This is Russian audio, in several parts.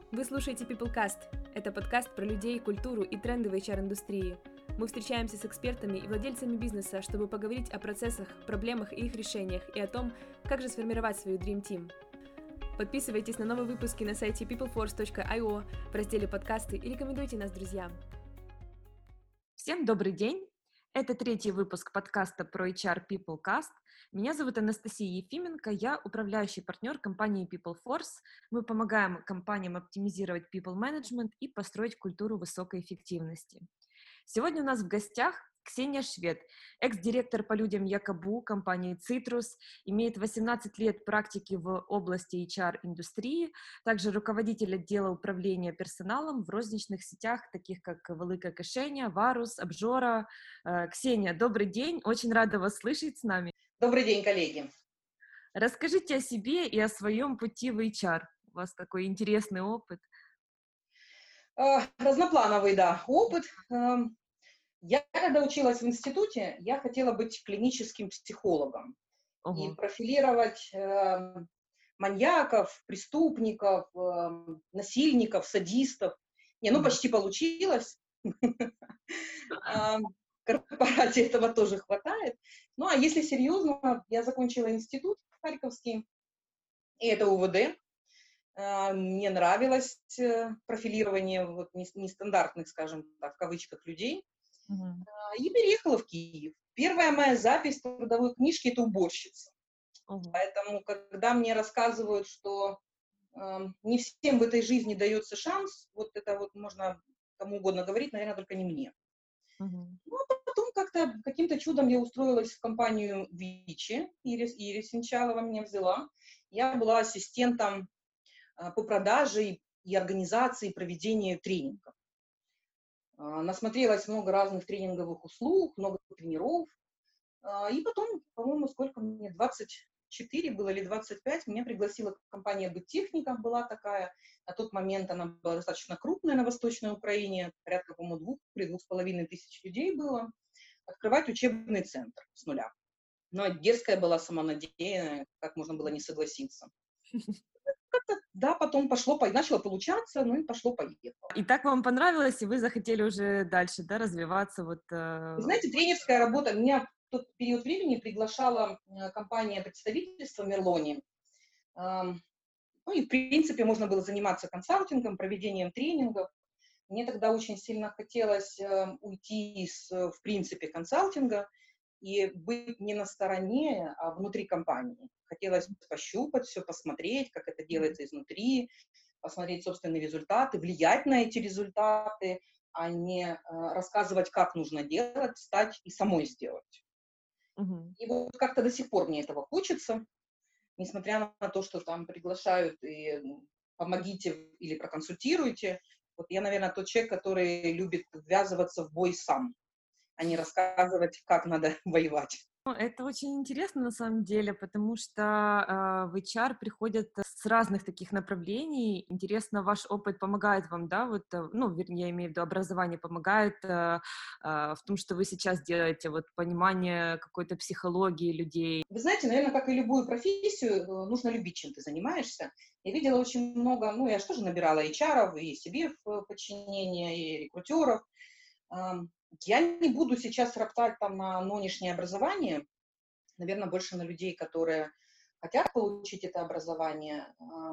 Вы слушаете PeopleCast. Это подкаст про людей, культуру и тренды в HR-индустрии. Мы встречаемся с экспертами и владельцами бизнеса, чтобы поговорить о процессах, проблемах и их решениях, и о том, как же сформировать свою Dream Team. Подписывайтесь на новые выпуски на сайте peopleforce.io в разделе «Подкасты» и рекомендуйте нас друзьям. Всем добрый день! Это третий выпуск подкаста про HR PeopleCast. Меня зовут Анастасия Ефименко, я управляющий партнер компании PeopleForce. Мы помогаем компаниям оптимизировать people management и построить культуру высокой эффективности. Сегодня у нас в гостях Ксения Швед, экс-директор по людям Якобу компании Citrus, имеет 18 лет практики в области HR-индустрии, также руководитель отдела управления персоналом в розничных сетях, таких как Велика Кишеня, Варус, Обжора. Ксения, добрый день, очень рада вас слышать с нами. Добрый день, коллеги. Расскажите о себе и о своем пути в HR. У вас такой интересный опыт. Разноплановый, да, опыт. Я, когда училась в институте, я хотела быть клиническим психологом и профилировать маньяков, преступников, насильников, садистов. Почти получилось. В корпорате этого тоже хватает. Ну, а если серьезно, я закончила институт Харьковский, и это УВД. Мне нравилось профилирование вот нестандартных, скажем так, в кавычках, людей. И переехала в Киев. Первая моя запись в трудовой книжке — это уборщица. Поэтому, когда мне рассказывают, что не всем в этой жизни дается шанс, вот это вот можно кому угодно говорить, наверное, только не мне. Ну, а потом как-то каким-то чудом я устроилась в компанию Вичи, Ирис Венчалова меня взяла. Я была ассистентом по продаже и организации проведения тренингов. Насмотрелась много разных тренинговых услуг, много тренеров. И потом, по-моему, сколько мне, 24 было или 25, меня пригласила компания «Быттехника», была такая. На тот момент она была достаточно крупная на Восточной Украине, порядка, по-моему, 2,5 тысяч людей было, открывать учебный центр с нуля. Но дерзкая была, самонадеянная, как можно было не согласиться. Как-то, да, потом начало получаться, ну и пошло-поехало. И так вам понравилось, и вы захотели уже дальше, да, развиваться? Вы знаете, тренерская работа. Меня в тот период времени приглашала компания представительства Мерлони. Ну и, в принципе, можно было заниматься консалтингом, проведением тренингов. Мне тогда очень сильно хотелось уйти из, в принципе, консалтинга и быть не на стороне, а внутри компании. Хотелось пощупать все, посмотреть, как это делается изнутри, посмотреть собственные результаты, влиять на эти результаты, а не рассказывать, как нужно делать, встать и самой сделать. И вот как-то до сих пор мне этого хочется, несмотря на то, что там приглашают и помогите или проконсультируйте. Вот я, наверное, тот человек, который любит ввязываться в бой сам, а не рассказывать, как надо воевать. Это очень интересно на самом деле, потому что в HR приходят с разных таких направлений. Интересно, ваш опыт помогает вам, да, вот, вернее, я имею в виду, образование помогает в том, что вы сейчас делаете, вот, понимание какой-то психологии людей. Вы знаете, наверное, как и любую профессию, нужно любить, чем ты занимаешься. Я видела очень много, я же тоже набирала HR-ов и себе в подчинение, и рекрутеров. Я не буду сейчас роптать там на нынешнее образование, наверное, больше на людей, которые хотят получить это образование.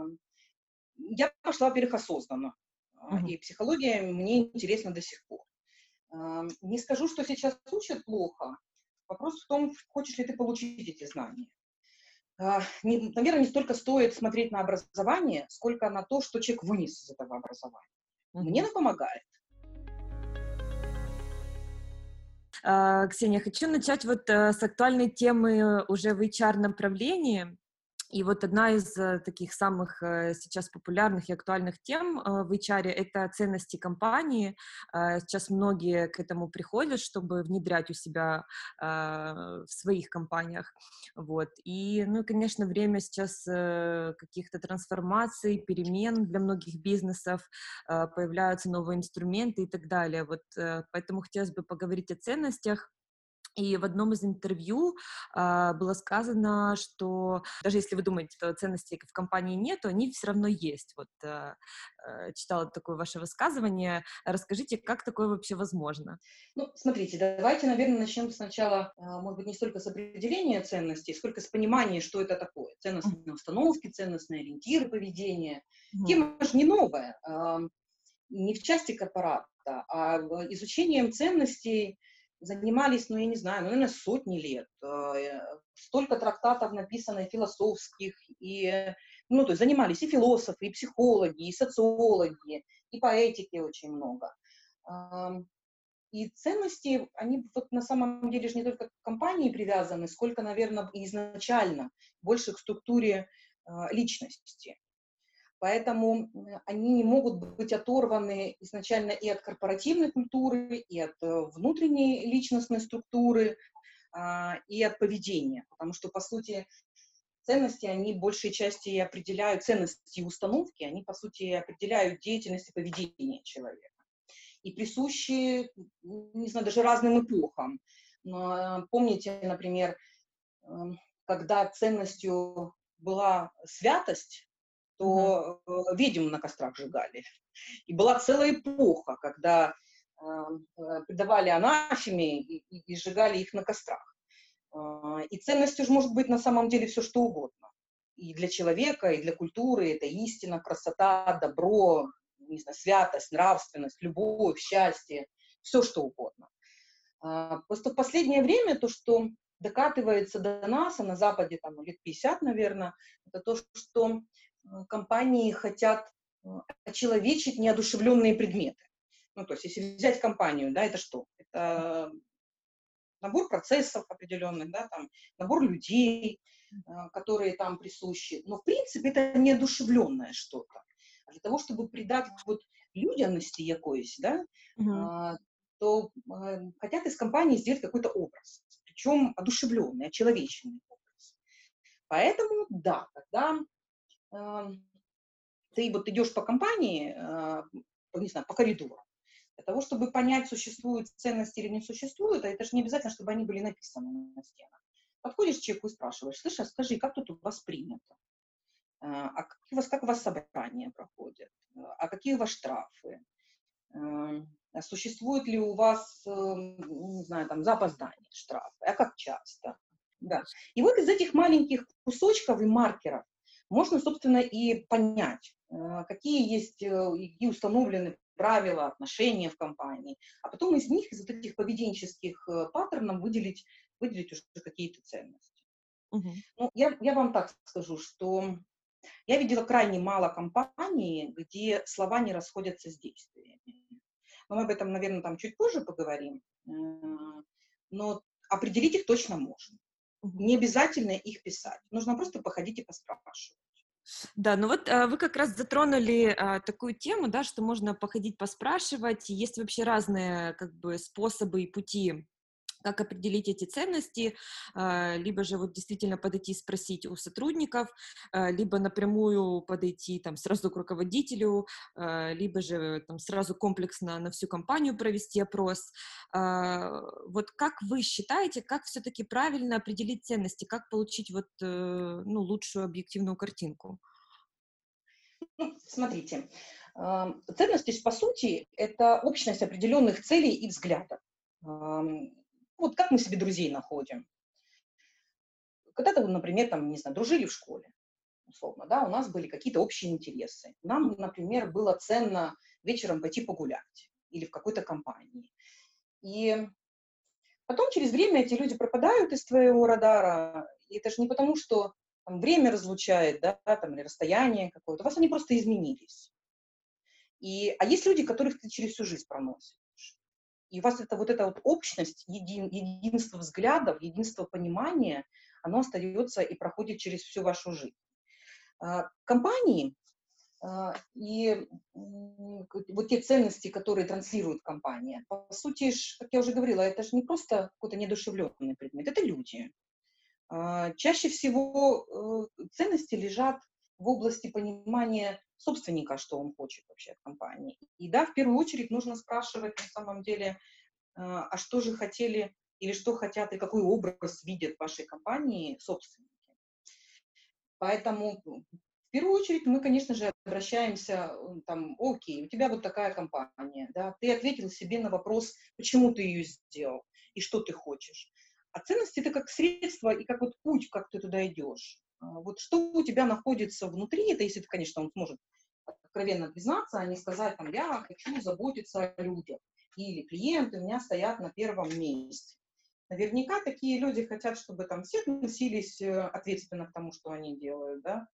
Я пошла, во-первых, осознанно, и психология мне интересна до сих пор. Не скажу, что сейчас учат плохо. Вопрос в том, хочешь ли ты получить эти знания. Наверное, не столько стоит смотреть на образование, сколько на то, что человек вынес из этого образования. Мне оно помогает. Ксения, хочу начать вот с актуальной темы уже в HR-направлении. И вот одна из таких самых сейчас популярных и актуальных тем в HR — это ценности компании. Сейчас многие к этому приходят, чтобы внедрять у себя в своих компаниях. Вот. И, конечно, время сейчас каких-то трансформаций, перемен для многих бизнесов, появляются новые инструменты и так далее. Вот поэтому хотелось бы поговорить о ценностях. И в одном из интервью было сказано, что даже если вы думаете, что ценностей в компании нет, то они все равно есть. Вот читала такое ваше высказывание. Расскажите, как такое вообще возможно? Ну, смотрите, давайте, наверное, начнем сначала, может быть, не столько с определения ценностей, сколько с понимания, что это такое. Ценностные установки, ценностные ориентиры поведения. Мгм. Тема же не новая, не в части корпората, а изучением ценностей занимались, ну, я не знаю, ну, наверное, сотни лет. Столько трактатов написано и философских, и, ну, то есть занимались и философы, и психологи, и социологи, и по этике очень много. И ценности, они вот на самом деле же не только к компании привязаны, сколько, наверное, изначально больше к структуре личности. Поэтому они не могут быть оторваны изначально и от корпоративной культуры, и от внутренней личностной структуры, и от поведения. Потому что, по сути, ценности, они большей части и определяют, ценности и установки, они, по сути, и определяют деятельность и поведение человека. И присущи, не знаю, даже разным эпохам. Помните, например, когда ценностью была святость, Мгм. то ведьм на кострах сжигали. И была целая эпоха, когда предавали анафеме и сжигали их на кострах. И ценностью же может быть на самом деле все, что угодно. И для человека, и для культуры это истина, красота, добро, не знаю, святость, нравственность, любовь, счастье, все, что угодно. Просто в последнее время то, что докатывается до нас, а на Западе там лет 50, наверное, это то, что компании хотят очеловечить неодушевленные предметы. Ну, то есть, если взять компанию, да, это что? Это набор процессов определенных, да, там, набор людей, которые там присущи. Но, в принципе, это неодушевленное что-то. А для того, чтобы придать вот людяности якоїсь, да, Мгм. то хотят из компании сделать какой-то образ, причем одушевленный, очеловеченный образ. Поэтому, да, когда ты вот идешь по компании, не знаю, по коридору, для того, чтобы понять, существуют ценности или не существуют, а это же не обязательно, чтобы они были написаны на стенах. Подходишь к человеку и спрашиваешь: слышь, а скажи, как тут у вас принято? Как у вас собрания проходят? А какие у вас штрафы? Существует ли у вас, не знаю, там, за опоздание штрафы? А как часто? Да. И вот из этих маленьких кусочков и маркеров можно, собственно, и понять, какие есть и установлены правила, отношения в компании, а потом из них, из вот этих поведенческих паттернов выделить уже какие-то ценности. Мгм. Ну, я вам так скажу, что я видела крайне мало компаний, где слова не расходятся с действиями. Но мы об этом, наверное, там чуть позже поговорим. Но определить их точно можно. Мгм. Не обязательно их писать. Нужно просто походить и поспрашивать. Да, ну вот вы как раз затронули такую тему, да, что можно походить, поспрашивать. И есть вообще разные как бы способы и пути, как определить эти ценности, либо же вот действительно подойти и спросить у сотрудников, либо напрямую подойти там сразу к руководителю, либо же там сразу комплексно на всю компанию провести опрос. Вот как вы считаете, как все-таки правильно определить ценности, как получить вот, ну, лучшую объективную картинку? Ну, смотрите, ценности, по сути, это общность определенных целей и взглядов. Вот как мы себе друзей находим. Когда-то, например, там, не знаю, дружили в школе, условно, да, у нас были какие-то общие интересы. Нам, например, было ценно вечером пойти погулять или в какой-то компании. И потом через время эти люди пропадают из твоего радара. И это же не потому, что там, время разлучает, да, там, или расстояние какое-то. У вас они просто изменились. А есть люди, которых ты через всю жизнь проносишь. И у вас эта вот общность, единство взглядов, единство понимания, оно остается и проходит через всю вашу жизнь. Компании вот те ценности, которые транслирует компания, по сути, как я уже говорила, это же не просто какой-то неодушевленный предмет, это люди. Чаще всего ценности лежат в области понимания собственника, что он хочет вообще от компании. И да, в первую очередь нужно спрашивать на самом деле, а что же хотели или что хотят и какой образ видят в вашей компании собственники. Поэтому в первую очередь мы, конечно же, обращаемся, там, окей, у тебя вот такая компания, да, ты ответил себе на вопрос, почему ты ее сделал и что ты хочешь. А ценности — это как средство и как вот путь, как ты туда идешь. Вот что у тебя находится внутри, это если, конечно, он сможет откровенно признаться, а не сказать, там, я хочу заботиться о людях, или клиенты у меня стоят на первом месте. Наверняка такие люди хотят, чтобы там все относились ответственно к тому, что они делают, да,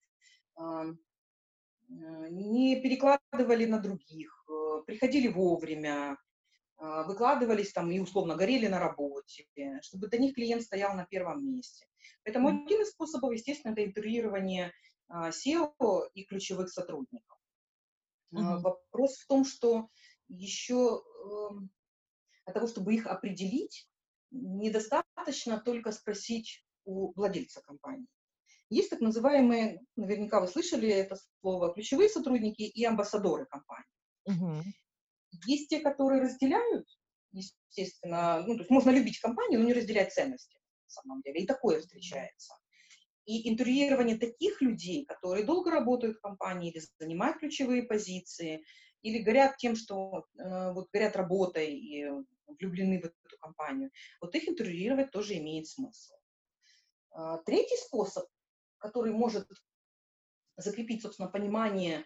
не перекладывали на других, приходили вовремя, выкладывались там и условно горели на работе, чтобы для них клиент стоял на первом месте. Поэтому один из способов, естественно, это интегрирование SEO и ключевых сотрудников. Вопрос в том, что еще для того, чтобы их определить, недостаточно только спросить у владельца компании. Есть так называемые, наверняка вы слышали это слово, ключевые сотрудники и амбассадоры компании. Есть те, которые разделяют, естественно, ну, то есть можно любить компанию, но не разделять ценности, на самом деле, и такое встречается. И интервьюирование таких людей, которые долго работают в компании или занимают ключевые позиции, или горят тем, что вот горят работой и влюблены в эту компанию, вот их интервьюировать тоже имеет смысл. Третий способ, который может закрепить, собственно, понимание,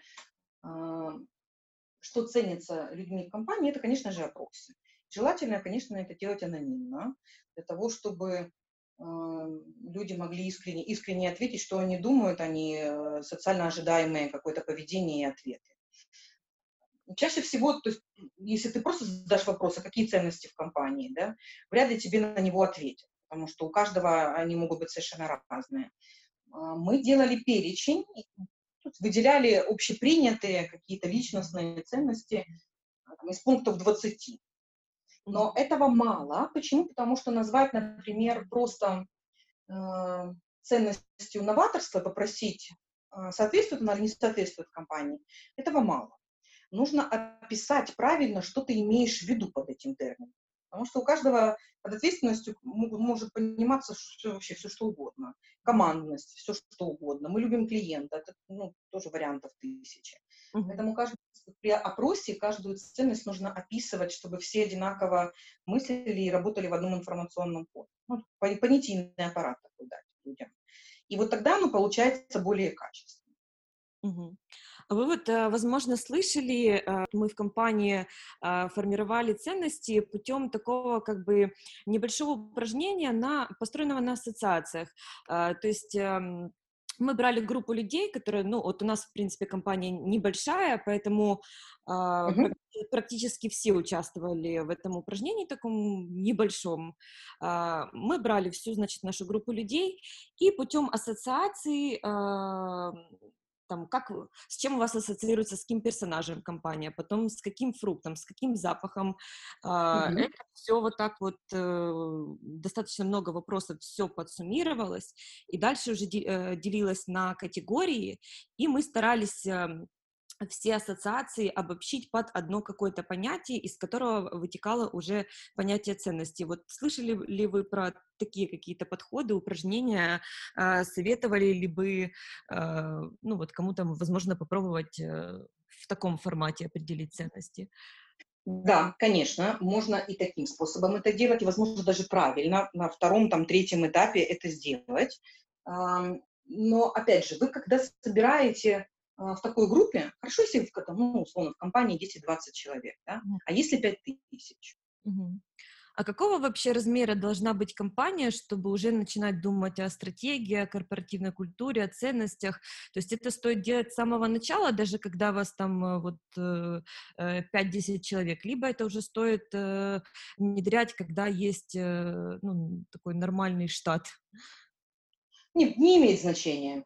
что ценится людьми в компании, это, конечно же, опросы. Желательно, конечно, это делать анонимно, для того, чтобы люди могли искренне ответить, что они думают, а не социально ожидаемое какое-то поведение и ответы. Чаще всего, то есть, если ты просто задашь вопрос, а какие ценности в компании, да, вряд ли тебе на него ответят, потому что у каждого они могут быть совершенно разные. Мы делали перечень, выделяли общепринятые какие-то личностные ценности из пунктов 20. Но этого мало. Почему? Потому что назвать, например, просто ценностью новаторства, попросить, соответствует она или не соответствует компании, этого мало. Нужно описать правильно, что ты имеешь в виду под этим термином. Потому что у каждого под ответственностью может пониматься вообще все, что угодно. Командность, все, что угодно. Мы любим клиента, это тоже вариантов тысячи. Поэтому при опросе каждую ценность нужно описывать, чтобы все одинаково мыслили и работали в одном информационном поле. Понятийный аппарат такой дать людям. И вот тогда оно получается более качественно. А вы вот, возможно, слышали, мы в компании формировали ценности путем такого как бы небольшого упражнения, построенного на ассоциациях. То есть мы брали группу людей, которые, вот у нас, в принципе, компания небольшая, поэтому практически все участвовали в этом упражнении таком небольшом. Мы брали всю, значит, нашу группу людей и путем ассоциации там, с чем у вас ассоциируется, с каким персонажем компания, потом с каким фруктом, с каким запахом. Это все вот так вот, достаточно много вопросов, все подсуммировалось, и дальше уже делилось на категории, и мы старались все ассоциации обобщить под одно какое-то понятие, из которого вытекало уже понятие ценности. Вот слышали ли вы про такие какие-то подходы, упражнения, советовали ли бы, вот кому-то, возможно, попробовать в таком формате определить ценности? Да, конечно, можно и таким способом это делать, и, возможно, даже правильно на втором, третьем этапе это сделать. Но, опять же, вы когда собираете в такой группе, хорошо, если условно, в компании 10-20 человек, да? А если 5000? А какого вообще размера должна быть компания, чтобы уже начинать думать о стратегии, о корпоративной культуре, о ценностях? То есть это стоит делать с самого начала, даже когда вас там 5-10 человек, либо это уже стоит внедрять, когда есть такой нормальный штат? Не имеет значения.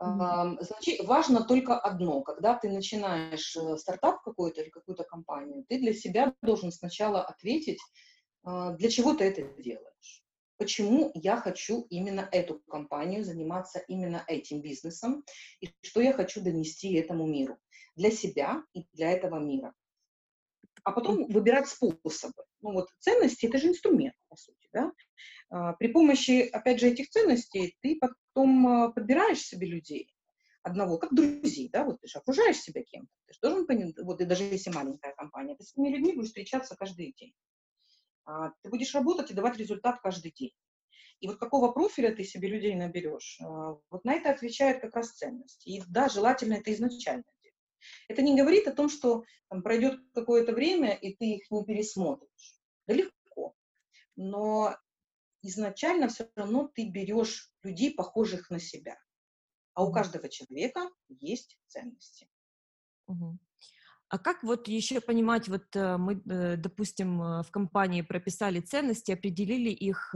Важно только одно. Когда ты начинаешь стартап какой-то или какую-то компанию, ты для себя должен сначала ответить, для чего ты это делаешь. Почему я хочу именно эту компанию, заниматься именно этим бизнесом, и что я хочу донести этому миру. Для себя и для этого мира. А потом выбирать способы. Ценности — это же инструмент. по сути, да. При помощи, опять же, этих ценностей ты потом подбираешь себе людей одного, как друзей, да, вот ты же окружаешь себя кем-то, ты же должен понять, вот и даже если маленькая компания, ты с этими людьми будешь встречаться каждый день. Ты будешь работать и давать результат каждый день. И вот какого профиля ты себе людей наберешь, вот на это отвечает как раз ценность. И да, желательно это изначально делать. Это не говорит о том, что там, пройдет какое-то время, и ты их не пересмотришь. Да легко. Но изначально все равно ты берешь людей, похожих на себя. А у Мгм. каждого человека есть ценности. Мгм. А как вот еще понимать, вот мы, допустим, в компании прописали ценности, определили их,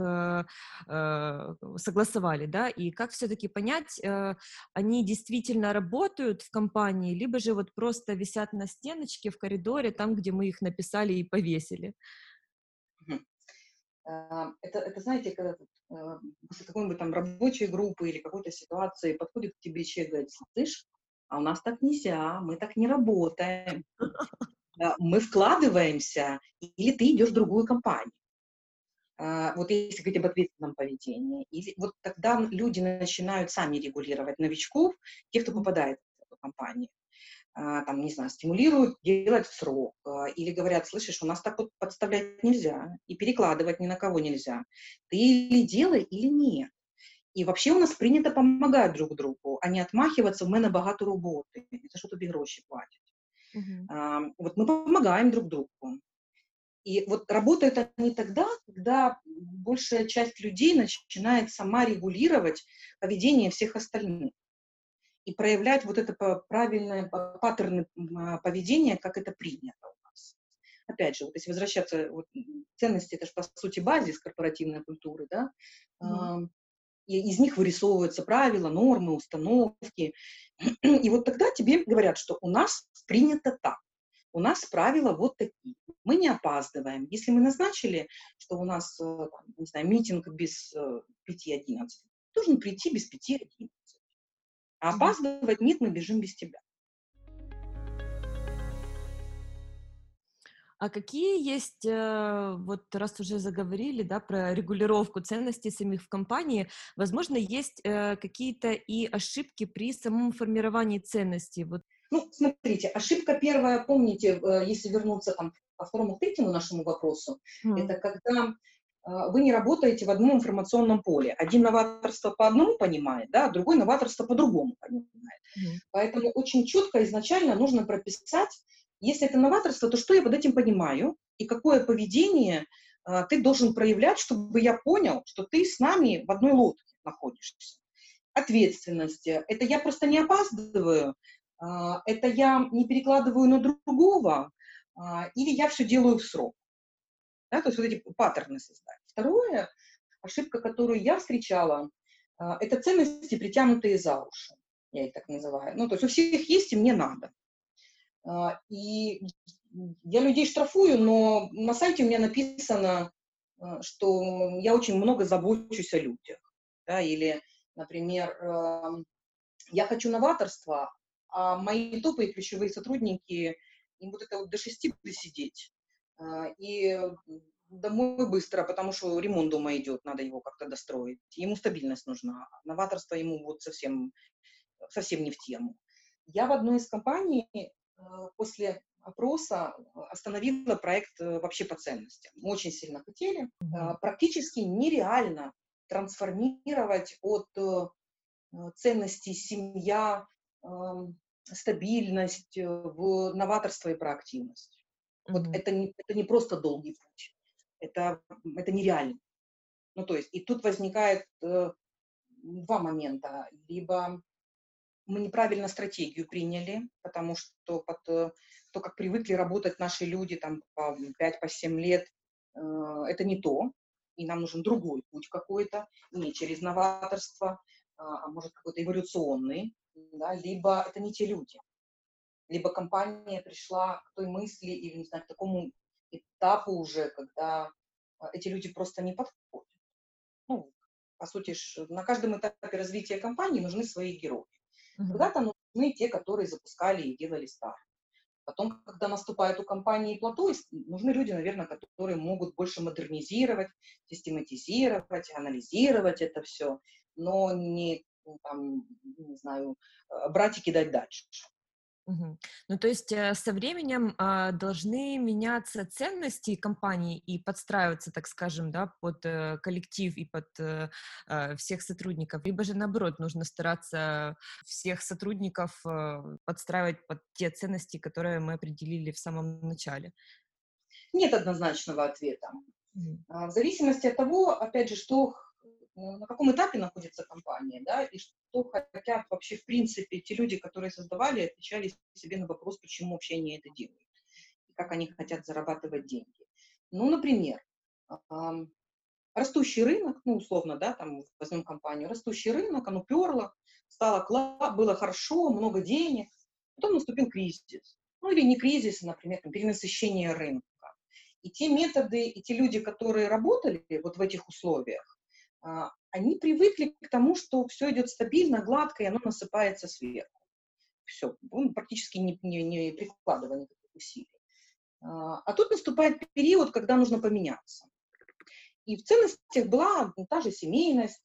согласовали, да, и как все-таки понять, они действительно работают в компании, либо же вот просто висят на стеночке в коридоре, там, где мы их написали и повесили? Мгм. Это, знаете, когда после какой-нибудь там рабочей группы или какой-то ситуации подходит к тебе человек и говорит: слышь, а у нас так нельзя, мы так не работаем, мы вкладываемся, или ты идешь в другую компанию. Вот если говорить об ответственном поведении, или вот тогда люди начинают сами регулировать новичков, тех, кто Мгм. попадает в эту компанию. Там, не знаю, стимулируют делать в срок, или говорят: слышишь, у нас так вот подставлять нельзя, и перекладывать ни на кого нельзя. Ты или делай, или нет. І вообще у нас принято помагати друг другу, а не отмахиваться: в мене багато роботи, за що тобі гроші платять. Мгм. Вот мы помогаем друг другу. И вот работают они тогда, когда большая часть людей начинает сама регулировать поведение всех остальных и проявлять вот это правильное паттерны поведения, как это принято у нас. Опять же, вот если возвращаться, вот, ценности, это же по сути базис корпоративной культуры, да, Мгм. и из них вырисовываются правила, нормы, установки. И вот тогда тебе говорят, что у нас принято так, у нас правила вот такие. Мы не опаздываем. Если мы назначили, что у нас, там, не знаю, митинг без 5:11, должен прийти без 5:11. А Мгм. опаздывать нет, мы бежим без тебя. А какие есть, вот раз уже заговорили, да, про регулировку ценностей самих в компании, возможно, есть какие-то и ошибки при самом формировании ценностей? Вот. Ну, смотрите, ошибка первая, помните, если вернуться там ко второму, к третьему нашему вопросу, Мгм. это когда вы не работаете в одном информационном поле. Один новаторство по одному понимает, да, а другой новаторство по другому понимает. Мгм. Поэтому очень четко изначально нужно прописать, если это новаторство, то что я под этим понимаю и какое поведение ты должен проявлять, чтобы я понял, что ты с нами в одной лодке находишься. Ответственности. Это я просто не опаздываю, это я не перекладываю на другого, или я все делаю в срок. Да, то есть вот эти паттерны создать. Второе, ошибка, которую я встречала, это ценности, притянутые за уши. Я их так называю. Ну, то есть у всех есть, и мне надо. И я людей штрафую, но на сайте у меня написано, что я очень много забочусь о людях. Да, или, например, я хочу новаторства, а мои топы и ключевые сотрудники, им вот это вот до 6 сидеть. И домой быстро, потому что ремонт дома идет, надо его как-то достроить. Ему стабильность нужна. Новаторство ему вот совсем не в тему. Я в одной из компаний после опроса остановила проект вообще по ценностям. Мы очень сильно хотели. Мгм. Практически нереально трансформировать от ценностей семья, стабильность в новаторство и проактивность. Вот Мгм. это не просто долгий путь, это нереально. Ну, то есть, и тут возникает два момента. Либо мы неправильно стратегию приняли, потому что под то, как привыкли работать наши люди там по 5-7 лет, это не то, и нам нужен другой путь какой-то, не через новаторство, а может какой-то эволюционный, да, либо это не те люди, либо компания пришла к той мысли или, не знаю, к такому этапу уже, когда эти люди просто не подходят. Ну, по сути, на каждом этапе развития компании нужны свои герои. Мгм. Когда-то нужны те, которые запускали и делали старт. Потом, когда наступает у компании плато, нужны люди, наверное, которые могут больше модернизировать, систематизировать, анализировать это все, но не, там, не знаю, брать и кидать дальше. Мгм. Ну, то есть со временем должны меняться ценности компании и подстраиваться, так скажем, да, под коллектив и под всех сотрудников, либо же наоборот нужно стараться всех сотрудников подстраивать под те ценности, которые мы определили в самом начале. Нет однозначного ответа. Мгм. В зависимости от того, опять же, на каком этапе находится компания, да, и что хотят вообще, в принципе, те люди, которые создавали, отвечали себе на вопрос, почему вообще они это делают, и как они хотят зарабатывать деньги. Ну, например, ам, растущий рынок, ну, условно, да, там, возьмем компанию, растущий рынок, оно перло, было хорошо, много денег, потом наступил кризис. Ну, или не кризис, например, там, перенасыщение рынка. И те методы, и те люди, которые работали вот в этих условиях, они привыкли к тому, что все идет стабильно, гладко, и оно насыпается сверху. Все, он практически не прикладывая никаких усилий. А тут наступает период, когда нужно поменяться. И в ценностях была та же семейность,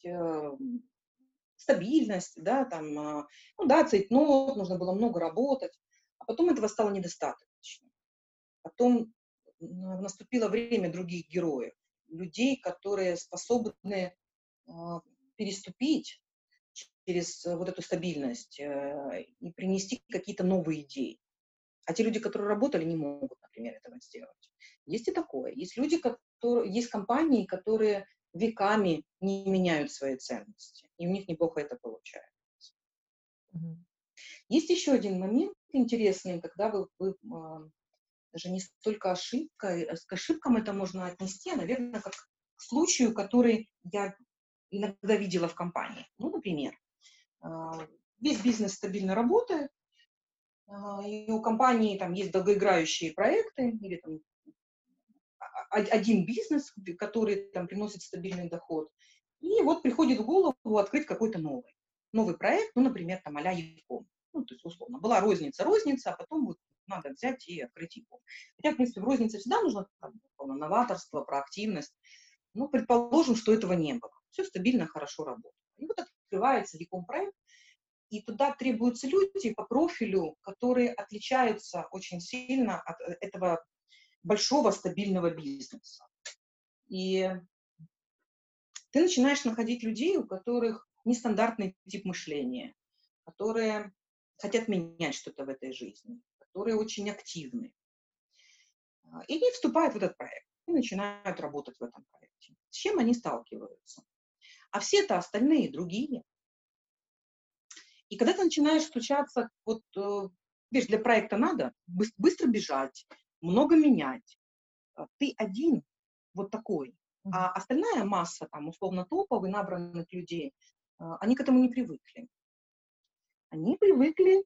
стабильность, да, там, ну да, цейтнот, нужно было много работать, а потом этого стало недостаточно. Потом наступило время других героев, людей, которые способны переступить через вот эту стабильность и принести какие-то новые идеи. А те люди, которые работали, не могут, например, этого сделать. Есть и такое. Есть компании, которые веками не меняют свои ценности, и у них неплохо это получается. Мгм. Есть еще один момент интересный, когда даже не столько к ошибкам это можно отнести, а, наверное, как к случаю, который я иногда видела в компании. Ну, например, весь бизнес стабильно работает, и у компании там есть долгоиграющие проекты или там один бизнес, который там приносит стабильный доход, и вот приходит в голову открыть какой-то новый проект, ну, например, там а-ля Яком. Ну, то есть, условно, была розница, а потом вот надо взять и открыть Яком. Хотя, в принципе, в рознице всегда нужно там, новаторство, проактивность. Ну, предположим, что этого не было. Все стабильно, хорошо работает. И вот открывается Яком проект, и туда требуются люди по профилю, которые отличаются очень сильно от этого большого стабильного бизнеса. И ты начинаешь находить людей, у которых нестандартный тип мышления, которые хотят менять что-то в этой жизни, которые очень активны. И они вступают в этот проект и начинают работать в этом проекте. С чем они сталкиваются? А все-то остальные другие. И когда ты начинаешь включаться, вот, видишь, для проекта надо быстро бежать, много менять. Ты один вот такой. А Мгм. остальная масса, там, условно, топовых, набранных людей, они к этому не привыкли. Они привыкли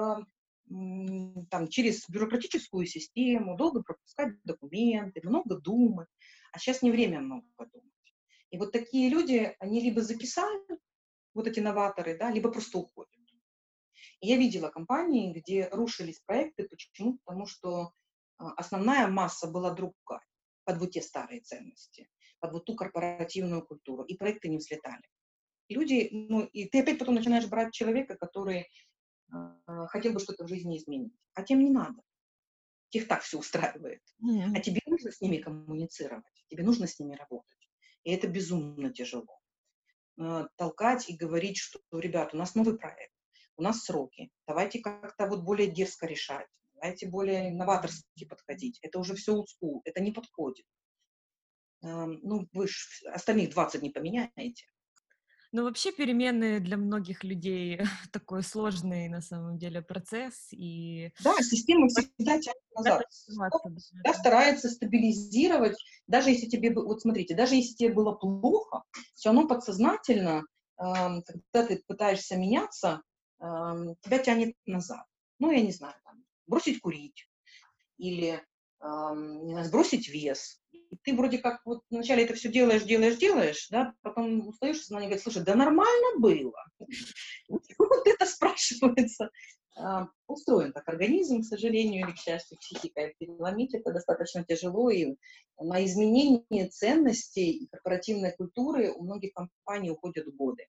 там, через бюрократическую систему долго пропускать документы, много думать. А сейчас не время много думать. И вот такие люди, они либо закисают, вот эти новаторы, да, либо просто уходят. И я видела компании, где рушились проекты. Почему? Потому что основная масса была другая, под вот те старые ценности, под вот ту корпоративную культуру, и проекты не взлетали. Люди, ну, и ты опять потом начинаешь брать человека, который хотел бы что-то в жизни изменить. А тем не надо. Их так все устраивает. А Мгм. тебе нужно с ними коммуницировать, тебе нужно с ними работать. И это безумно тяжело. Толкать и говорить, что, ребят, у нас новый проект, у нас сроки, давайте как-то вот более дерзко решать, давайте более новаторски подходить. Это уже все old school, это не подходит. Ну, вы ж остальных 20 не поменяете. Ну, вообще перемены для многих людей такой сложный на самом деле процесс, и Да, система всегда тянет надо назад. развиваться, да, Всегда старается стабилизировать, даже если вот смотрите, даже если тебе было плохо, все равно подсознательно, когда ты пытаешься меняться, тебя тянет назад. Ну, я не знаю, там, бросить курить или, не знаю, сбросить вес. И ты вроде как вот вначале это все делаешь, да, потом устаешь, и сознание говорит, слушай, да нормально было. Вот это спрашивается. Устроен так организм, к сожалению, или к счастью, психика. Переломить это достаточно тяжело, и на изменение ценностей и корпоративной культуры у многих компаний уходят годы.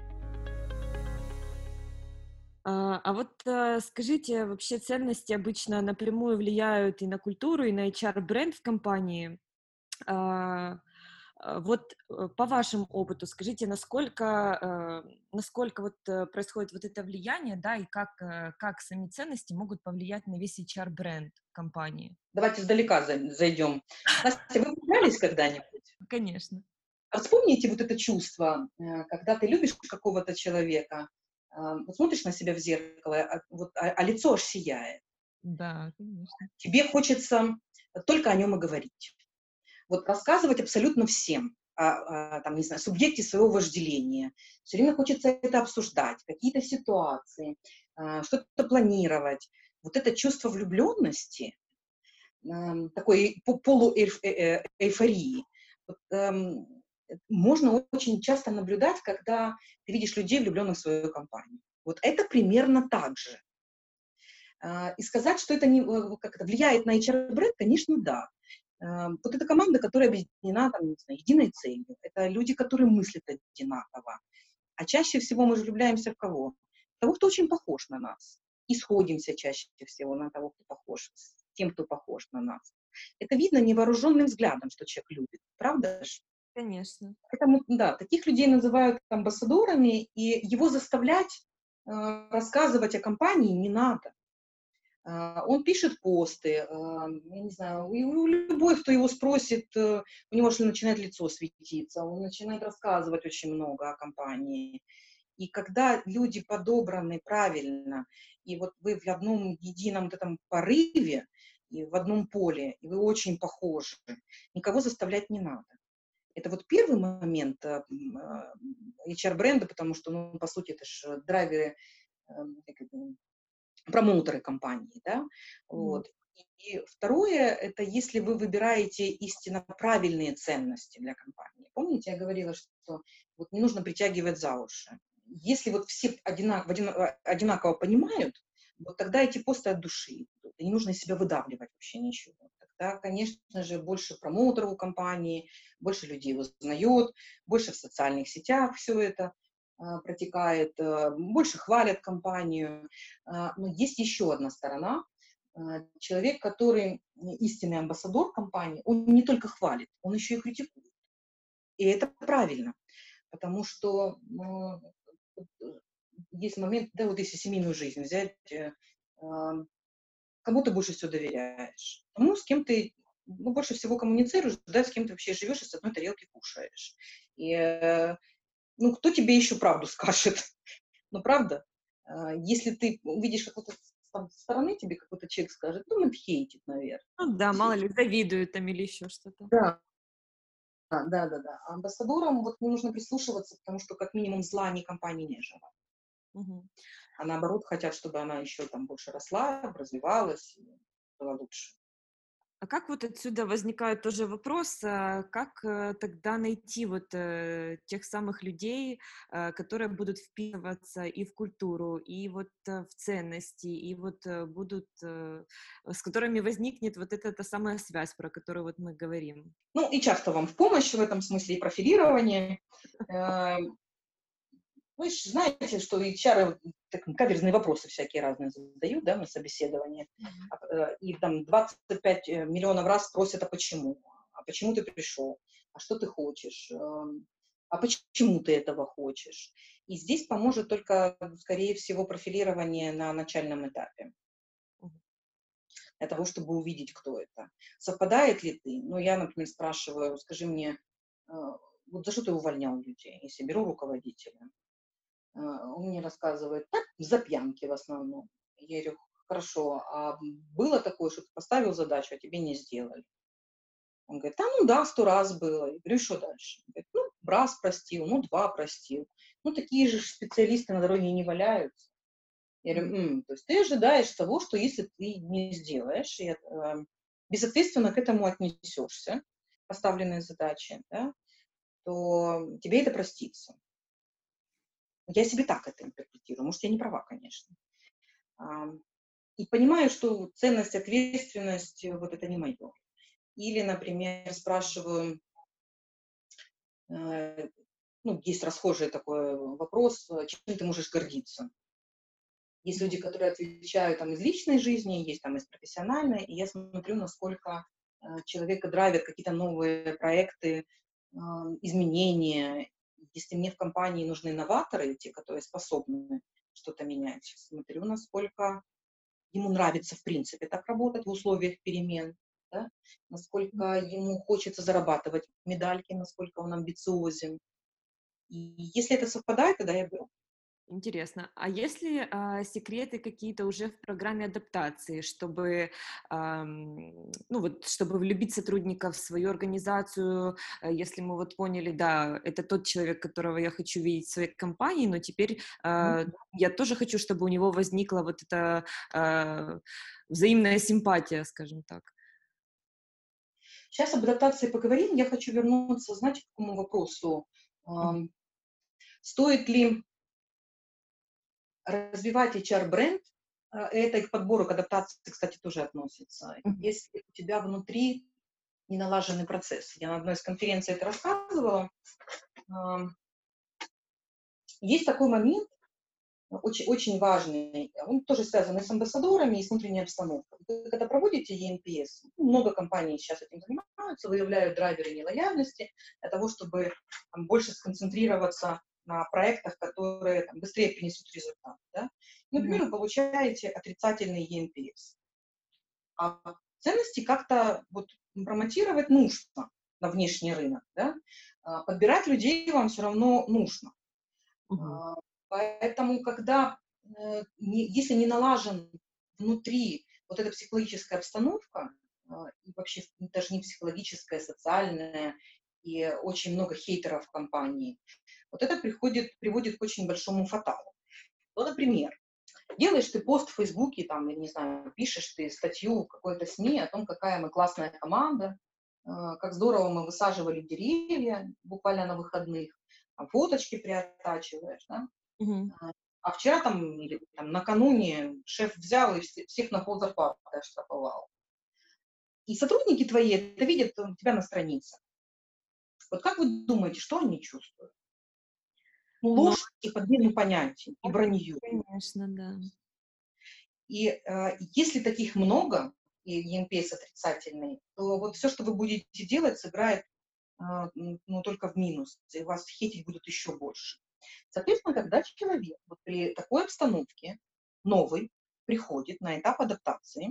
Скажите, вообще ценности обычно напрямую влияют и на культуру, и на HR-бренд в компании. А, по вашему опыту, скажите, насколько происходит вот это влияние, да, и как сами ценности могут повлиять на весь HR-бренд компании? Давайте издалека зайдем. Настя, вы влюблялись когда-нибудь? Конечно. А вспомните вот это чувство, когда ты любишь какого-то человека, вот смотришь на себя в зеркало, а лицо аж сияет. Да, конечно. Тебе хочется только о нем и говорить. Вот рассказывать абсолютно всем там, не знаю, субъекте своего вожделения. Все время хочется это обсуждать, какие-то ситуации, что-то планировать. Вот это чувство влюбленности, такой полуэйфории, вот, можно очень часто наблюдать, когда ты видишь людей, влюбленных в свою компанию. Вот это примерно так же. И сказать, что это, как это влияет на HR-бренд, конечно, да. Вот эта команда, которая объединена, там, не знаю, единой целью. Это люди, которые мыслят одинаково. А чаще всего мы же влюбляемся в кого? В того, кто очень похож на нас. И сходимся чаще всего на того, кто похож, с тем, кто похож на нас. Это видно невооруженным взглядом, что человек любит. Правда же? Конечно. Поэтому, да, таких людей называют амбассадорами, и его заставлять рассказывать о компании не надо. Он пишет посты, я не знаю, и любой, кто его спросит, у него же начинает лицо светиться, он начинает рассказывать очень много о компании. И когда люди подобраны правильно, и вот вы в одном едином вот этом порыве, и в одном поле, и вы очень похожи, никого заставлять не надо. Это вот первый момент HR-бренда, потому что, ну, по сути, это же драйверы, промоутеры компании, да, вот. И второе, это если вы выбираете истинно правильные ценности для компании. Помните, я говорила, что вот не нужно притягивать за уши. Если вот все одинаково понимают, вот тогда эти посты от души идут, и не нужно из себя выдавливать вообще ничего. Тогда, конечно же, больше промоутеров у компании, больше людей узнает, больше в социальных сетях все это протекает, больше хвалят компанию. Но есть еще одна сторона. Человек, который истинный амбассадор компании, он не только хвалит, он еще и критикует. И это правильно, потому что есть момент, да, вот если семейную жизнь взять, кому ты больше всего доверяешь? Тому, с кем ты больше всего коммуницируешь, да, с кем ты вообще живешь и с одной тарелки кушаешь. И, ну, кто тебе еще правду скажет? Ну, правда? Если ты увидишь какого-то там со стороны, тебе какой-то человек скажет, ну, он хейтит, наверное. Ну да, мало ли, завидуют там или еще что-то. Да, да. А амбассадорам вот не нужно прислушиваться, потому что как минимум зла они компании не желают. Мгм. А наоборот хотят, чтобы она еще там больше росла, развивалась, и была лучше. А как вот отсюда возникает тоже вопрос, как тогда найти тех самых людей, которые будут вписываться и в культуру, и в ценности, и с которыми возникнет вот эта самая связь, про которую вот мы говорим? Ну, и часто вам в помощь в этом смысле и профилирование. Вы же знаете, что HR каверзные вопросы всякие разные задают, да, на собеседовании. Мгм. И там 25 миллионов раз спросят, а почему? А почему ты пришел? А что ты хочешь? А почему ты этого хочешь? И здесь поможет только, скорее всего, профилирование на начальном этапе. Мгм. Для того, чтобы увидеть, кто это. Совпадает ли ты? Ну, я, например, спрашиваю, скажи мне, вот за что ты увольнял людей, если беру руководителя? Он мне рассказывает, так, за пьянки в основном. Я говорю, хорошо, а было такое, что ты поставил задачу, а тебе не сделали? Он говорит, ну да, 100 раз было. Я говорю, что дальше? Он говорит, ну, раз простил, ну, 2 простил. Ну, такие же специалисты на дороге не валяются. Я говорю, то есть ты ожидаешь того, что если ты не сделаешь, и безответственно к этому отнесешься, поставленные задачи, да, то тебе это простится. Я себе так это интерпретирую. Может, я не права, конечно. И понимаю, что ценность, ответственность, вот это не мое. Или, например, спрашиваю, есть расхожий такой вопрос, чем ты можешь гордиться? Есть люди, которые отвечают там из личной жизни, есть там из профессиональной, и я смотрю, насколько человека драйвят какие-то новые проекты, изменения. Если мне в компании нужны новаторы, те, которые способны что-то менять, смотрю, насколько ему нравится в принципе так работать в условиях перемен, да? Насколько ему хочется зарабатывать медальки, насколько он амбициозен. И если это совпадает, тогда я беру. Интересно. А есть ли секреты какие-то уже в программе адаптации, чтобы, чтобы влюбить сотрудников в свою организацию, если мы вот поняли, да, это тот человек, которого я хочу видеть в своей компании, но теперь я тоже хочу, чтобы у него возникла вот эта взаимная симпатия, скажем так. Сейчас об адаптации поговорим. Я хочу вернуться, знаете, к такому вопросу. Стоит ли развивать HR-бренд? Это и к подбору, к адаптации, кстати, тоже относится. Если у тебя внутри не налаженный процесс. Я на одной из конференций это рассказывала. Есть такой момент, очень, очень важный, он тоже связан и с амбассадорами, и с внутренней обстановкой. Вы когда проводите ENPS, много компаний сейчас этим занимаются, выявляют драйверы нелояльности для того, чтобы больше сконцентрироваться на проектах, которые быстрее принесут результат. Да? Например, вы получаете отрицательный ENPS. А ценности как-то промотировать нужно на внешний рынок. Да? Подбирать людей вам все равно нужно. Поэтому, если не налажен внутри вот эта психологическая обстановка, и вообще даже не психологическая, социальная, и очень много хейтеров в компании, вот это приводит к очень большому фаталу. Например, делаешь ты пост в Фейсбуке, там, я не знаю, пишешь ты статью в какой-то СМИ о том, какая мы классная команда, как здорово мы высаживали деревья буквально на выходных, фоточки приотачиваешь, да? А вчера или накануне шеф взял и всех на ползарплаты оштрафовал. И сотрудники твои это видят у тебя на странице. Вот как вы думаете, что они чувствуют? Ложь и подмену понятий, и вранье. Конечно, да. И если таких много, и ENPS отрицательный, то вот все, что вы будете делать, сыграет только в минус, и вас хейтить будут еще больше. Соответственно, когда человек при такой обстановке новый приходит на этап адаптации,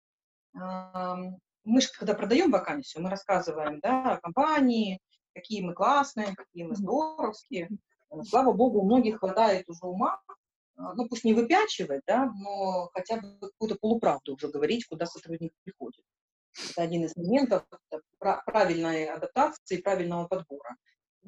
мы же, когда продаем вакансию, мы рассказываем, да, о компании, какие мы классные, какие мы здоровские. Слава богу, у многих хватает уже ума, пусть не выпячивать, да, но хотя бы какую-то полуправду уже говорить, куда сотрудник приходит. Это один из моментов правильной адаптации, правильного подбора.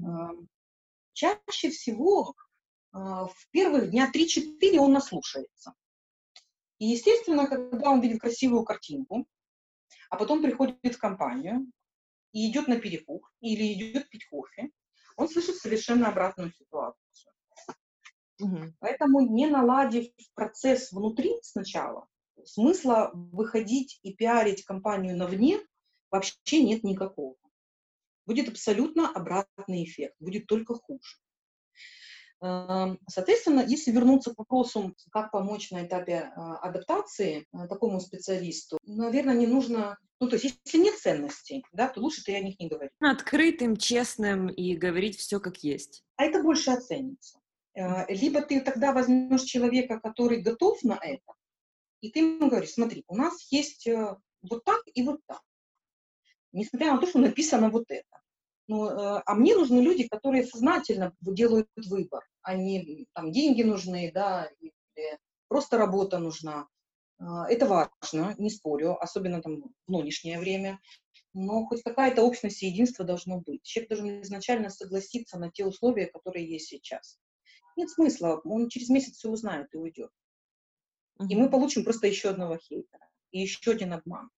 Чаще всего в первых дня 3-4 он наслушается. И, естественно, когда он видит красивую картинку, а потом приходит в компанию и идет на перекур или идет пить кофе, он слышит совершенно обратную ситуацию. Поэтому, не наладив процесс внутри сначала, смысла выходить и пиарить компанию навне вообще нет никакого. Будет абсолютно обратный эффект, будет только хуже. Соответственно, если вернуться к вопросу, как помочь на этапе адаптации такому специалисту, наверное, не нужно, то есть если нет ценностей, да, то лучше ты о них не говорить. Открытым, честным и говорить все как есть. А это больше оценится. Либо ты тогда возьмешь человека, который готов на это, и ты ему говоришь: смотри, у нас есть вот так и вот так. Несмотря на то, что написано вот это. А мне нужны люди, которые сознательно делают выбор, а не деньги нужны, да, или просто работа нужна. Это важно, не спорю, особенно в нынешнее время. Но хоть какая-то общность и единство должно быть. Человек должен изначально согласиться на те условия, которые есть сейчас. Нет смысла, он через месяц все узнает и уйдет. И мы получим просто еще одного хейтера и еще один обман.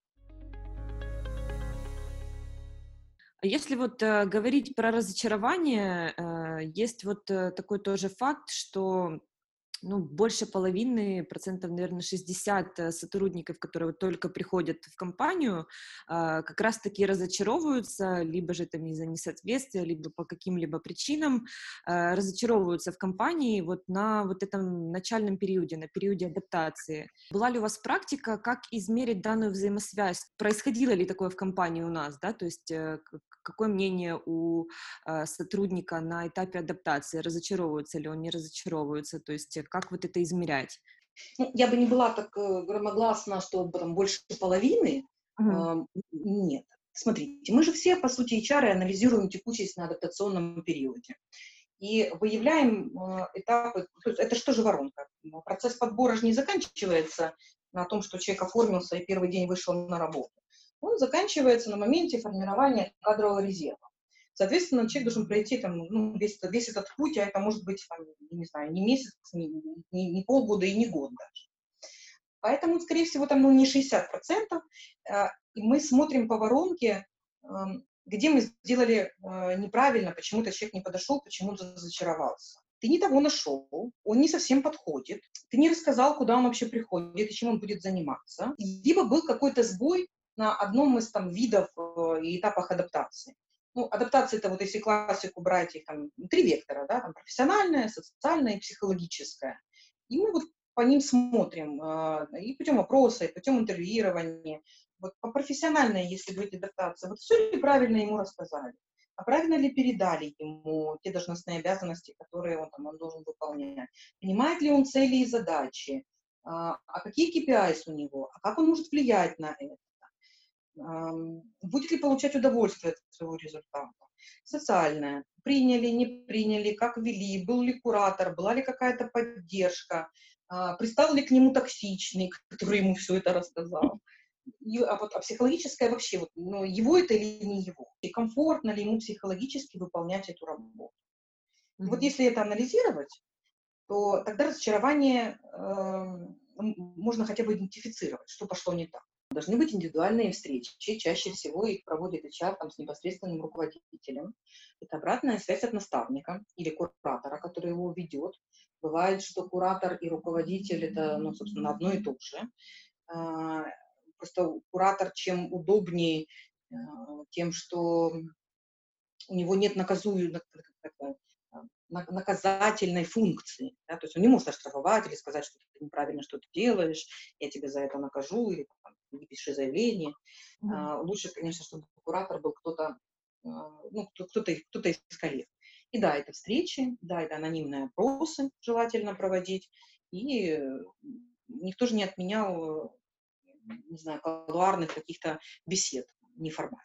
Если говорить про разочарование, есть такой тоже факт, что больше половины, процентов, наверное, 60 сотрудников, которые вот только приходят в компанию, как раз-таки разочаровываются, либо же там из-за несоответствия, либо по каким-либо причинам разочаровываются в компании вот на вот этом начальном периоде, на периоде адаптации. Была ли у вас практика, как измерить данную взаимосвязь? Происходило ли такое в компании у нас, да, то есть какое мнение у сотрудника на этапе адаптации, разочаровывается ли он, не разочаровывается, то есть как вот это измерять? Ну, я бы не была так громогласна, что там больше половины. Мгм. Нет. Смотрите, мы же все, по сути, HR анализируем текучесть на адаптационном периоде. И выявляем этапы, то есть это что же воронка? Процесс подбора же не заканчивается на том, что человек оформился и первый день вышел на работу. Он заканчивается на моменте формирования кадрового резерва. Соответственно, человек должен пройти весь этот путь, а это может быть, там, не знаю, не месяц, не полгода и не год даже. Поэтому, скорее всего, там не 60%. И мы смотрим по воронке, где мы сделали неправильно, почему-то человек не подошел, почему-то разочаровался. Ты не того нашел, он не совсем подходит, ты не рассказал, куда он вообще приходит и чем он будет заниматься. Либо был какой-то сбой на одном из видов и этапах адаптации. Адаптация — это вот если классику брать, их 3 вектора, да, профессиональная, социальная и психологическая. И мы вот по ним смотрим, и путем опроса, и путем интервьюирования. Вот по профессиональной, если говорить адаптация, вот все ли правильно ему рассказали? А правильно ли передали ему те должностные обязанности, которые он должен выполнять? Понимает ли он цели и задачи? А какие KPIs у него? А как он может влиять на это? Будет ли получать удовольствие от своего результата? Социальное. Приняли, не приняли, как вели, был ли куратор, была ли какая-то поддержка, пристал ли к нему токсичный, который ему все это рассказал. А психологическое вообще, его это или не его? И комфортно ли ему психологически выполнять эту работу? И вот если это анализировать, то тогда разочарование можно хотя бы идентифицировать, что пошло не так. Должны быть индивидуальные встречи. Чаще всего их проводит HR с непосредственным руководителем. Это обратная связь от наставника или куратора, который его ведет. Бывает, что куратор и руководитель — это, собственно, одно и то же. Просто куратор чем удобнее, тем, что у него нет наказательной функции. Да? То есть он не может оштрафовать или сказать, что ты неправильно что-то делаешь, я тебя за это накажу, или не пиши заявление. Лучше, конечно, чтобы куратор был кто-то из коллег. И да, это встречи, да, это анонимные опросы желательно проводить. И никто же не отменял, не знаю, колуарных каких-то бесед неформальных.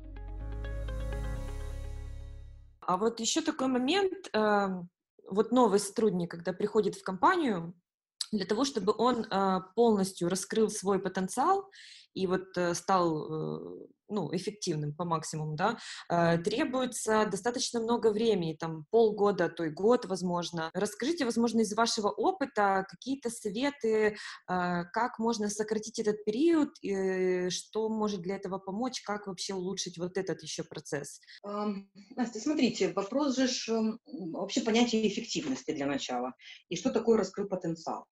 А вот еще такой момент, вот новый сотрудник, когда приходит в компанию, для того, чтобы он полностью раскрыл свой потенциал и вот стал эффективным по максимуму, да, требуется достаточно много времени, там полгода, то и год, возможно. Расскажите, возможно, из вашего опыта какие-то советы, как можно сократить этот период, что может для этого помочь, как вообще улучшить вот этот еще процесс? Настя, смотрите, вопрос же вообще понятия эффективности для начала. И что такое раскрыть потенциал?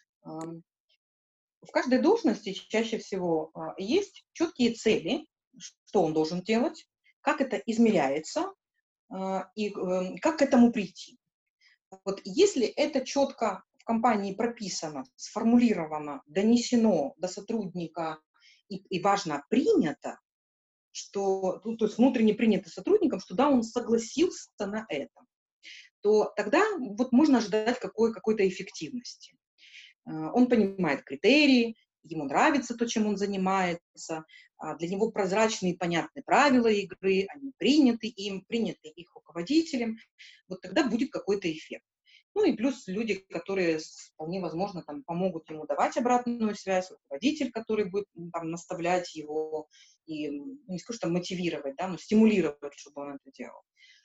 В каждой должности чаще всего есть четкие цели, что он должен делать, как это измеряется и как к этому прийти. Вот если это четко в компании прописано, сформулировано, донесено до сотрудника и важно, принято, что, то есть внутренне принято сотрудником, что да, он согласился на это, то тогда вот можно ожидать какой-то эффективности. Он понимает критерии, ему нравится то, чем он занимается, для него прозрачные и понятные правила игры, они приняты их руководителем, вот тогда будет какой-то эффект. Ну и плюс люди, которые вполне возможно помогут ему давать обратную связь, руководитель, который будет наставлять его и, не скажу, мотивировать, да, но стимулировать, чтобы он это делал.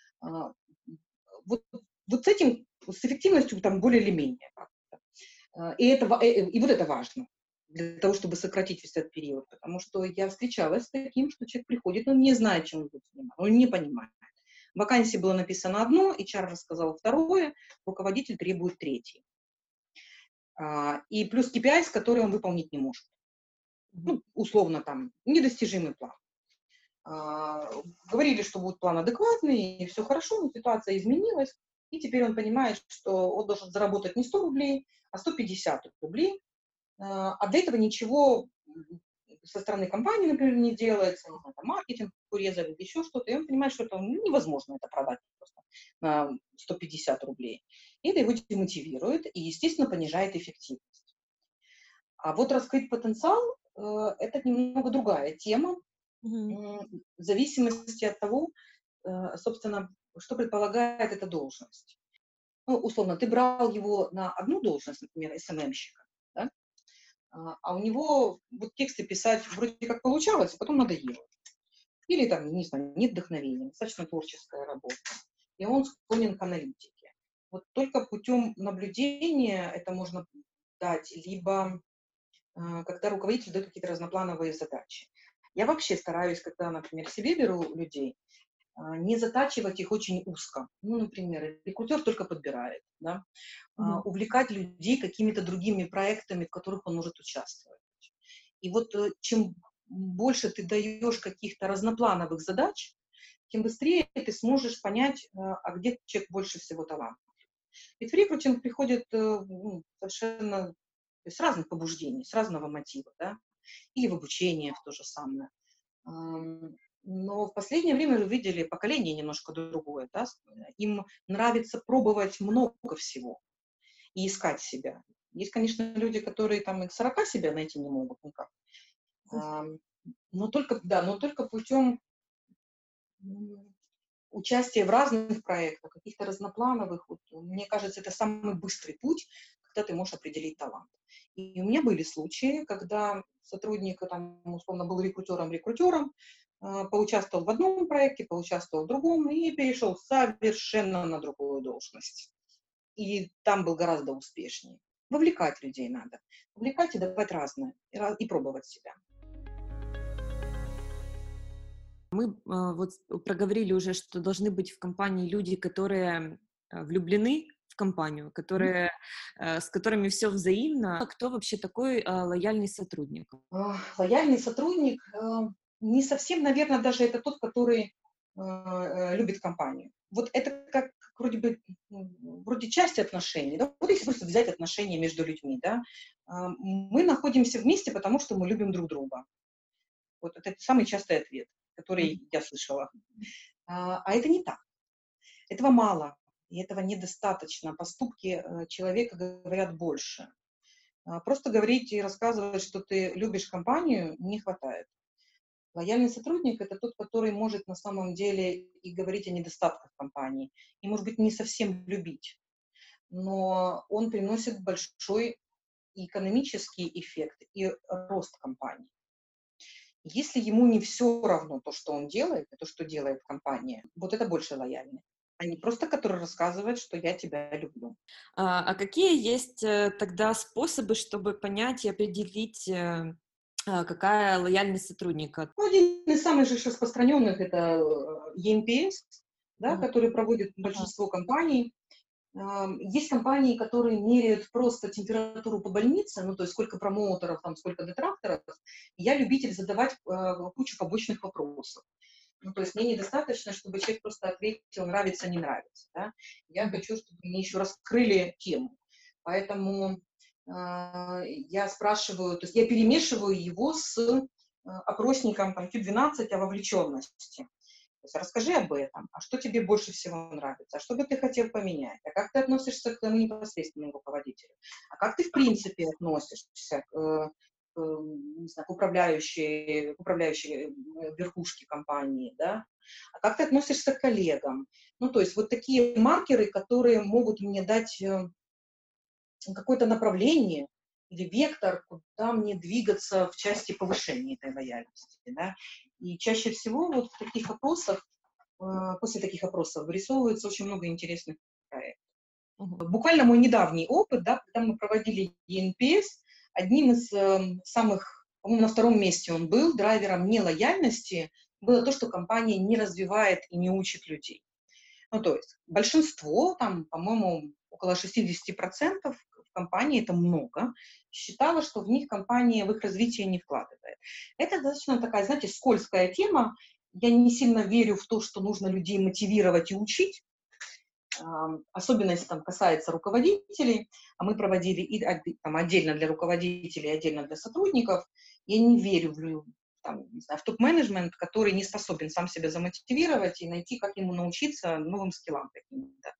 Вот с эффективностью более или менее. И вот это важно для того, чтобы сократить весь этот период, потому что я встречалась с таким, что человек приходит, он не знает, чем он будет заниматься, он не понимает. В вакансии было написано одно, HR рассказал второе, руководитель требует третье. и плюс KPIs, которые он выполнить не может. Ну, условно, там, недостижимый план. Говорили, что будет план адекватный, и все хорошо, но ситуация изменилась, и теперь он понимает, что он должен заработать не 100 рублей, а 150 рублей, а для этого ничего со стороны компании, например, не делается, не знаю, там, маркетинг урезали, еще что-то, и он понимает, что это невозможно это продать просто на 150 рублей. И это его демотивирует и, естественно, понижает эффективность. А вот раскрыть потенциал это немного другая тема, в зависимости от того, собственно, что предполагает эта должность. Ну, условно, ты брал его на одну должность, например, СММщика, да? А у него вот тексты писать вроде как получалось, а потом надоело. Или там, не знаю, нет вдохновения, достаточно творческая работа. И он склонен к аналитике. Вот только путем наблюдения это можно дать, либо когда руководитель дает какие-то разноплановые задачи. Я вообще стараюсь, когда, например, себе беру людей, не затачивать их очень узко. Ну, например, рекрутер только подбирает, да? Увлекать людей какими-то другими проектами, в которых он может участвовать. И вот чем больше ты даешь каких-то разноплановых задач, тем быстрее ты сможешь понять, а где человек больше всего таланта. Ведь в рекрутинг приходит совершенно с разных побуждений, с разного мотива, да, или в обучение в то же самое. Но в последнее время вы видели поколение немножко другое, да, им нравится пробовать много всего и искать себя. Есть, конечно, люди, которые там и к 40 себя найти не могут никак. Но только путем участия в разных проектах, каких-то разноплановых, вот, мне кажется, это самый быстрый путь, когда ты можешь определить талант. И у меня были случаи, когда сотрудник, там, условно, был рекрутером, поучаствовал в одном проекте, поучаствовал в другом и перешел совершенно на другую должность. И там был гораздо успешнее. Вовлекать людей надо. Вовлекать и давать разное. И пробовать себя. Мы вот проговорили уже, что должны быть в компании люди, которые влюблены в компанию, которые, с которыми все взаимно. А кто вообще такой лояльный сотрудник? Лояльный сотрудник не совсем, наверное, даже это тот, который любит компанию. Вот это как вроде часть отношений. Да? Вот если просто взять отношения между людьми, да? Мы находимся вместе, потому что мы любим друг друга. Вот это самый частый ответ, который я слышала. А это не так. Этого мало, и этого недостаточно. Поступки человека говорят больше. Просто говорить и рассказывать, что ты любишь компанию, не хватает. Лояльный сотрудник – это тот, который может на самом деле и говорить о недостатках компании, и, может быть, не совсем любить, но он приносит большой экономический эффект и рост компании. Если ему не все равно то, что он делает, и то, что делает компания, вот это больше лояльный, а не просто который рассказывает, что я тебя люблю. А какие есть тогда способы, чтобы понять и определить, какая лояльность сотрудника? Ну, один из самых же распространенных – это ENPS, да, который проводит большинство компаний. Есть компании, которые меряют просто температуру по больнице, ну, то есть сколько промоутеров, там, сколько детракторов. Я любитель задавать кучу побочных вопросов. Ну, то есть мне недостаточно, чтобы человек просто ответил, нравится, не нравится. Да? Я хочу, чтобы мне еще раскрыли тему. Поэтому я спрашиваю, то есть я перемешиваю его с опросником там, Q12 о вовлеченности. То есть расскажи об этом, а что тебе больше всего нравится, а что бы ты хотел поменять, а как ты относишься к твоему непосредственному руководителю, а как ты в принципе относишься не знаю, к управляющей верхушке компании, да, а как ты относишься к коллегам. Ну, то есть вот такие маркеры, которые могут мне дать какое-то направление или вектор, куда мне двигаться в части повышения этой лояльности, да. И чаще всего вот в таких опросах, после таких опросов вырисовывается очень много интересных проектов. Буквально мой недавний опыт, да, когда мы проводили ENPS, одним из самых, по-моему, на 2-м месте он был, драйвером нелояльности было то, что компания не развивает и не учит людей. Ну, то есть большинство, там, по-моему, около 60% в компании, это много, считала, что в них компания в их развитие не вкладывает. Это достаточно такая, знаете, скользкая тема. Я не сильно верю в то, что нужно людей мотивировать и учить, особенно если там касается руководителей, а мы проводили и там, отдельно для руководителей, отдельно для сотрудников. Я не верю там, не знаю, в топ-менеджмент, который не способен сам себя замотивировать и найти, как ему научиться новым скиллам каким-то.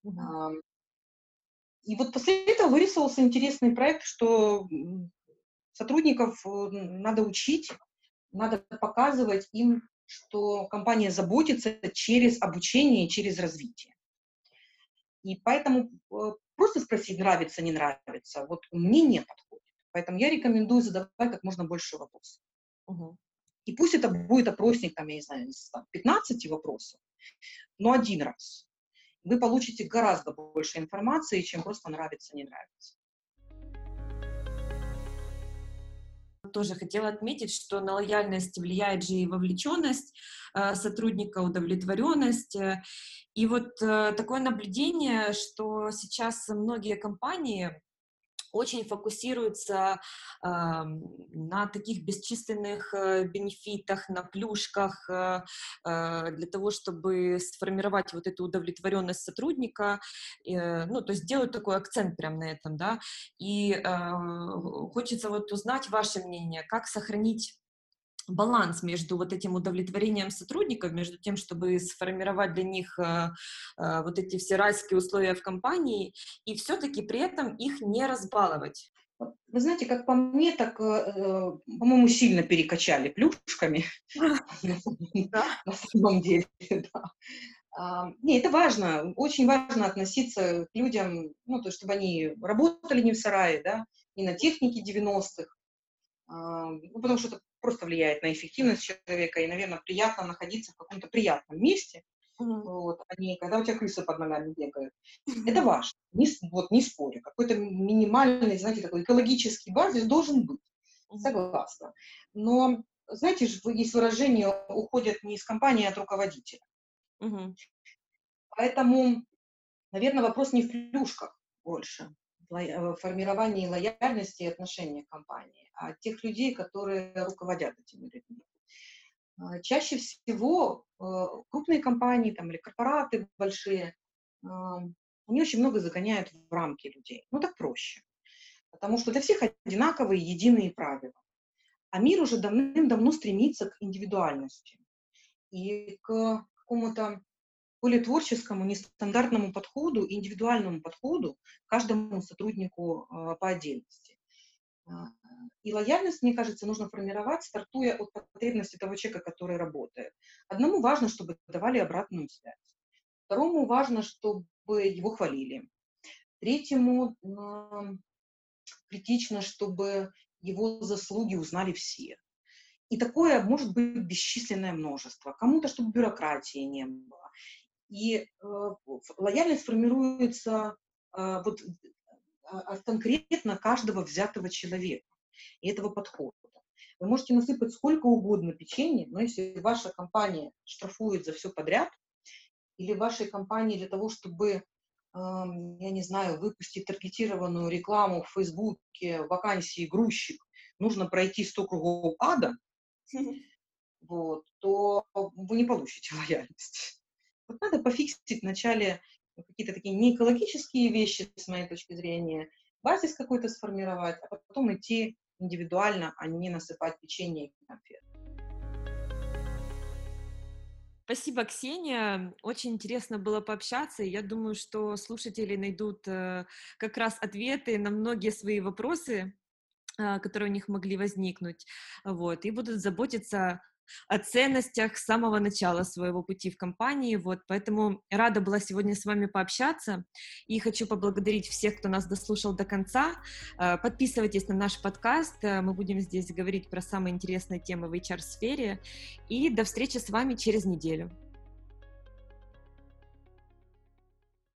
И вот после этого вырисовался интересный проект, что сотрудников надо учить, надо показывать им, что компания заботится через обучение и через развитие. И поэтому просто спросить, нравится, не нравится, вот мне не подходит. Поэтому я рекомендую задавать как можно больше вопросов. И пусть это будет опросник, там, я не знаю, из 15 вопросов, но один раз. Вы получите гораздо больше информации, чем просто нравится, не нравится. Тоже хотела отметить, что на лояльность влияет же и вовлеченность сотрудника, удовлетворенность. И вот такое наблюдение, что сейчас многие компании очень фокусируются на таких бесчисленных бенефитах, на плюшках для того, чтобы сформировать вот эту удовлетворенность сотрудника, ну, то есть делают такой акцент прямо на этом, да, и хочется вот узнать ваше мнение, как сохранить баланс между вот этим удовлетворением сотрудников, между тем, чтобы сформировать для них вот эти все райские условия в компании, и все-таки при этом их не разбаловать. Вы знаете, как по мне, так, по-моему, сильно перекачали плюшками на самом деле. Не, это важно, очень важно относиться к людям, ну, то есть, чтобы они работали не в сарае, да, не на технике 90-х, ну, потому что это просто влияет на эффективность человека, и, наверное, приятно находиться в каком-то приятном месте, вот, а не когда у тебя крысы под ногами бегают. Это важно, не спорю. Какой-то минимальный, знаете, такой экологический базис должен быть, согласна. Но, знаете, есть выражение «уходят не из компании, а от руководителя». Поэтому, наверное, вопрос не в плюшках больше, в формировании лояльности и отношения к компании, а тех людей, которые руководят этими людьми. Чаще всего крупные компании там, или корпораты большие, они очень много загоняют в рамки людей. Ну, так проще. Потому что для всех одинаковые, единые правила. А мир уже давным-давно стремится к индивидуальности и к какому-то более творческому, нестандартному подходу, индивидуальному подходу к каждому сотруднику по отдельности. И лояльность, мне кажется, нужно формировать, стартуя от потребности того человека, который работает. Одному важно, чтобы давали обратную связь. Второму важно, чтобы его хвалили. Третьему критично, чтобы его заслуги узнали все. И такое может быть бесчисленное множество. Кому-то, чтобы бюрократии не было. И лояльность формируется вот от конкретно каждого взятого человека и этого подхода. Вы можете насыпать сколько угодно печенья, но если ваша компания штрафует за все подряд, или вашей компании для того, чтобы, я не знаю, выпустить таргетированную рекламу в Фейсбуке, вакансии грузчик, нужно пройти 100 кругов ада, вот, то вы не получите лояльность. Вот надо пофиксить вначале какие-то такие неэкологические вещи, с моей точки зрения, базис какой-то сформировать, а потом идти индивидуально, а не насыпать печенье и конфет. Спасибо, Ксения. Очень интересно было пообщаться. Я думаю, что слушатели найдут как раз ответы на многие свои вопросы, которые у них могли возникнуть, вот, и будут заботиться о ценностях с самого начала своего пути в компании, вот, поэтому рада была сегодня с вами пообщаться, и хочу поблагодарить всех, кто нас дослушал до конца. Подписывайтесь на наш подкаст, мы будем здесь говорить про самые интересные темы в HR-сфере, и до встречи с вами через неделю.